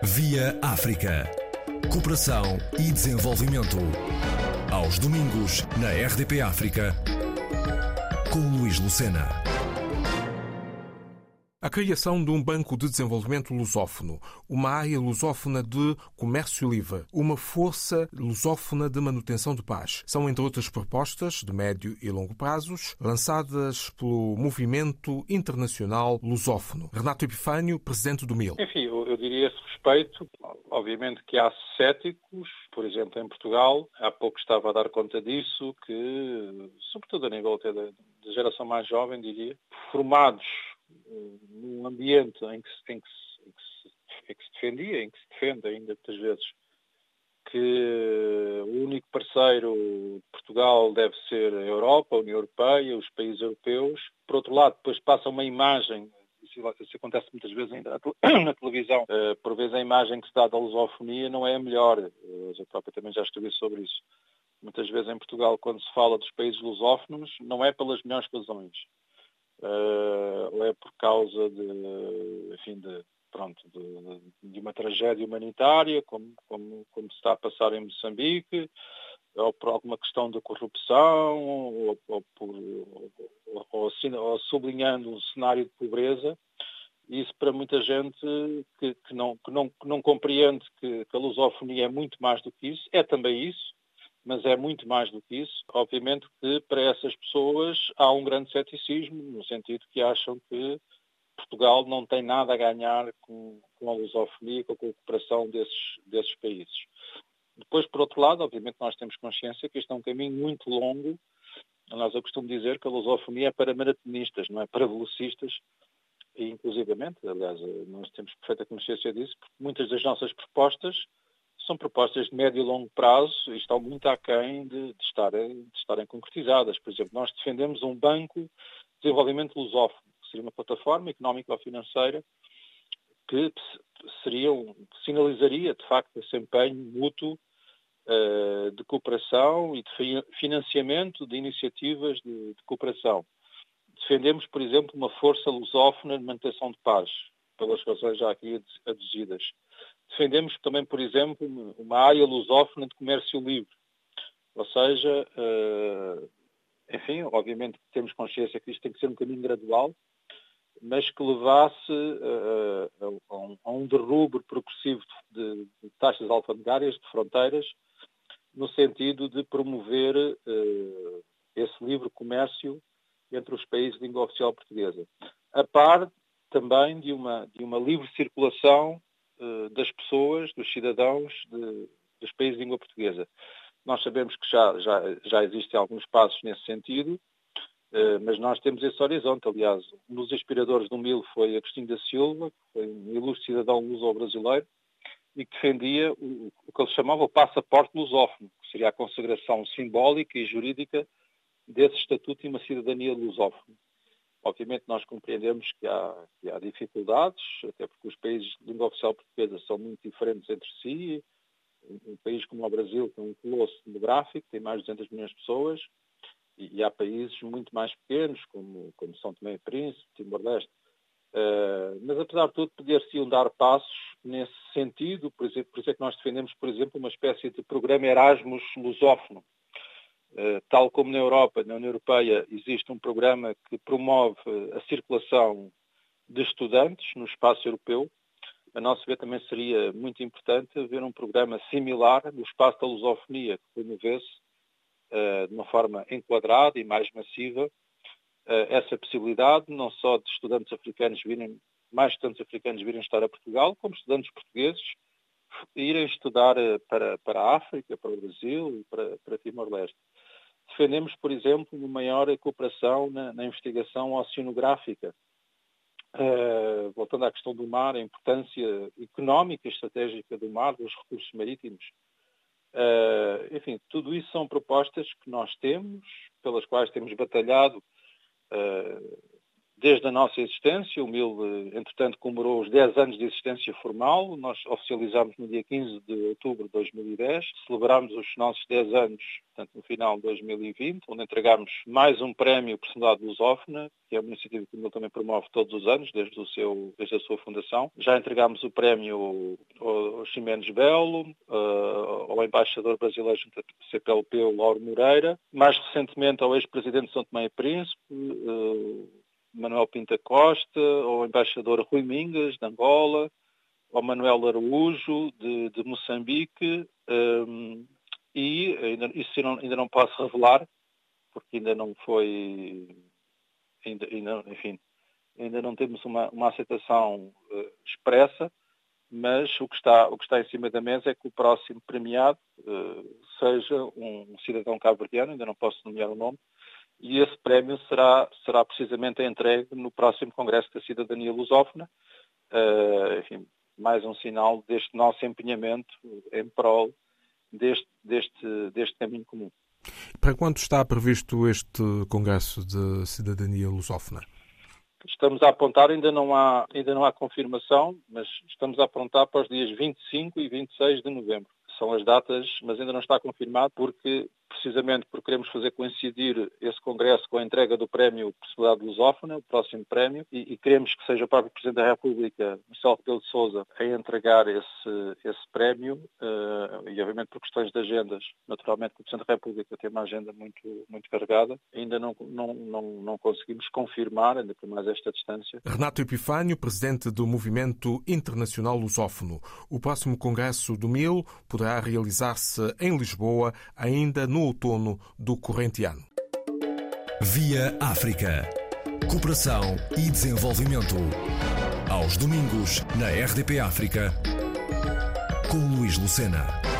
Via África. Cooperação e desenvolvimento. Aos domingos, na RDP África, com Luís Lucena. A criação de um Banco de Desenvolvimento Lusófono, uma área lusófona de comércio livre, uma força lusófona de manutenção de paz. São, entre outras propostas de médio e longo prazos, lançadas pelo Movimento Internacional Lusófono. Renato Epifânio, presidente do MIL. Enfim, eu diria a esse respeito, obviamente que há céticos, por exemplo, em Portugal, há pouco estava a dar conta disso, que, sobretudo a nível até da geração mais jovem, diria, formados num ambiente em que se defendia, em que se defende ainda muitas vezes, que o único parceiro de Portugal deve ser a Europa, a União Europeia, os países europeus. Por outro lado, depois passa uma imagem, isso acontece muitas vezes ainda na televisão, por vezes a imagem que se dá da lusofonia não é a melhor. Eu próprio também já escrevi sobre isso. Muitas vezes em Portugal, quando se fala dos países lusófonos, não é pelas melhores razões. Ou é por causa de uma tragédia humanitária, como se está a passar em Moçambique, ou por alguma questão de corrupção, ou sublinhando um cenário de pobreza. Isso para muita gente que não compreende que a lusofonia é muito mais do que isso, é também isso, mas é muito mais do que isso. Obviamente que para essas pessoas há um grande ceticismo, no sentido que acham que Portugal não tem nada a ganhar com a lusofonia, com a cooperação desses países. Depois, por outro lado, obviamente nós temos consciência que este é um caminho muito longo. Eu costumo dizer que a lusofonia é para maratonistas, não é para velocistas, e inclusivamente, aliás, nós temos perfeita consciência disso, porque muitas das nossas propostas são propostas de médio e longo prazo e estão muito aquém de estarem concretizadas. Por exemplo, nós defendemos um banco de desenvolvimento lusófono, que seria uma plataforma económica ou financeira que sinalizaria, de facto, esse empenho mútuo de cooperação e de financiamento de iniciativas de cooperação. Defendemos, por exemplo, uma força lusófona de manutenção de paz, pelas razões já aqui aduzidas. Defendemos também, por exemplo, uma área lusófona de comércio livre. Ou seja, obviamente temos consciência que isto tem que ser um caminho gradual, mas que levasse a um derrubro progressivo de taxas alfandegárias, de fronteiras, no sentido de promover esse livre comércio entre os países de língua oficial portuguesa. A par também de uma livre circulação das pessoas, dos cidadãos dos países de língua portuguesa. Nós sabemos que já existem alguns passos nesse sentido, mas nós temos esse horizonte. Aliás, um dos inspiradores do MIL foi Agostinho da Silva, que foi um ilustre cidadão luso-brasileiro, e que defendia o que ele chamava o passaporte lusófono, que seria a consagração simbólica e jurídica desse estatuto e uma cidadania lusófona. Obviamente nós compreendemos que há dificuldades, até porque os países de língua oficial portuguesa são muito diferentes entre si. Um país como o Brasil tem um colosso demográfico, tem mais de 200 milhões de pessoas, e há países muito mais pequenos, como São Tomé e Príncipe, Timor-Leste. Mas apesar de tudo, poder-se dar passos nesse sentido. Por isso é que nós defendemos, por exemplo, uma espécie de programa Erasmus lusófono. Tal como na Europa, na União Europeia, existe um programa que promove a circulação de estudantes no espaço europeu. A nosso ver também seria muito importante haver um programa similar no espaço da lusofonia, que promovesse de uma forma enquadrada e mais massiva essa possibilidade, não só de mais estudantes africanos virem estar a Portugal, como estudantes portugueses irem estudar para a África, para o Brasil e para Timor-Leste. Defendemos, por exemplo, uma maior cooperação na investigação oceanográfica. Voltando à questão do mar, a importância económica e estratégica do mar, dos recursos marítimos. Tudo isso são propostas que nós temos, pelas quais temos batalhado desde a nossa existência. O MIL, entretanto, comemorou os 10 anos de existência formal. Nós oficializámos no dia 15 de outubro de 2010. Celebramos os nossos 10 anos, portanto, no final de 2020, onde entregámos mais um prémio Personalidade Lusófona, que é uma iniciativa que o MIL também promove todos os anos, desde a sua fundação. Já entregámos o prémio ao Ximenes Belo, ao embaixador brasileiro junto à CPLP, o Lauro Moreira. Mais recentemente ao ex-presidente de São Tomé e Príncipe, Manuel Pinta Costa, ao embaixador Rui Mingas, de Angola, ao Manuel Araújo, de Moçambique, e isso ainda não posso revelar, porque ainda não foi, ainda não temos uma aceitação expressa, mas o que está em cima da mesa é que o próximo premiado seja um cidadão cabo-verdiano, ainda não posso nomear o nome, e esse prémio será precisamente entregue no próximo Congresso da Cidadania Lusófona. Mais um sinal deste nosso empenhamento em prol deste caminho comum. Para quando está previsto este Congresso de Cidadania Lusófona? Estamos a apontar, ainda não há confirmação, mas estamos a apontar para os dias 25 e 26 de novembro. São as datas, mas ainda não está confirmado, precisamente porque queremos fazer coincidir esse congresso com a entrega do prémio Personalidade Lusófona, o próximo prémio, e queremos que seja o próprio Presidente da República, Marcelo Rebelo de Sousa, a entregar esse prémio, e obviamente por questões de agendas, naturalmente que o Presidente da República tem uma agenda muito, muito carregada, ainda não conseguimos confirmar, ainda por mais esta distância. Renato Epifânio, Presidente do Movimento Internacional Lusófono. O próximo Congresso do MIL poderá realizar-se em Lisboa ainda no outono do corrente ano. Via África. Cooperação e desenvolvimento. Aos domingos, na RDP África, com Luís Lucena.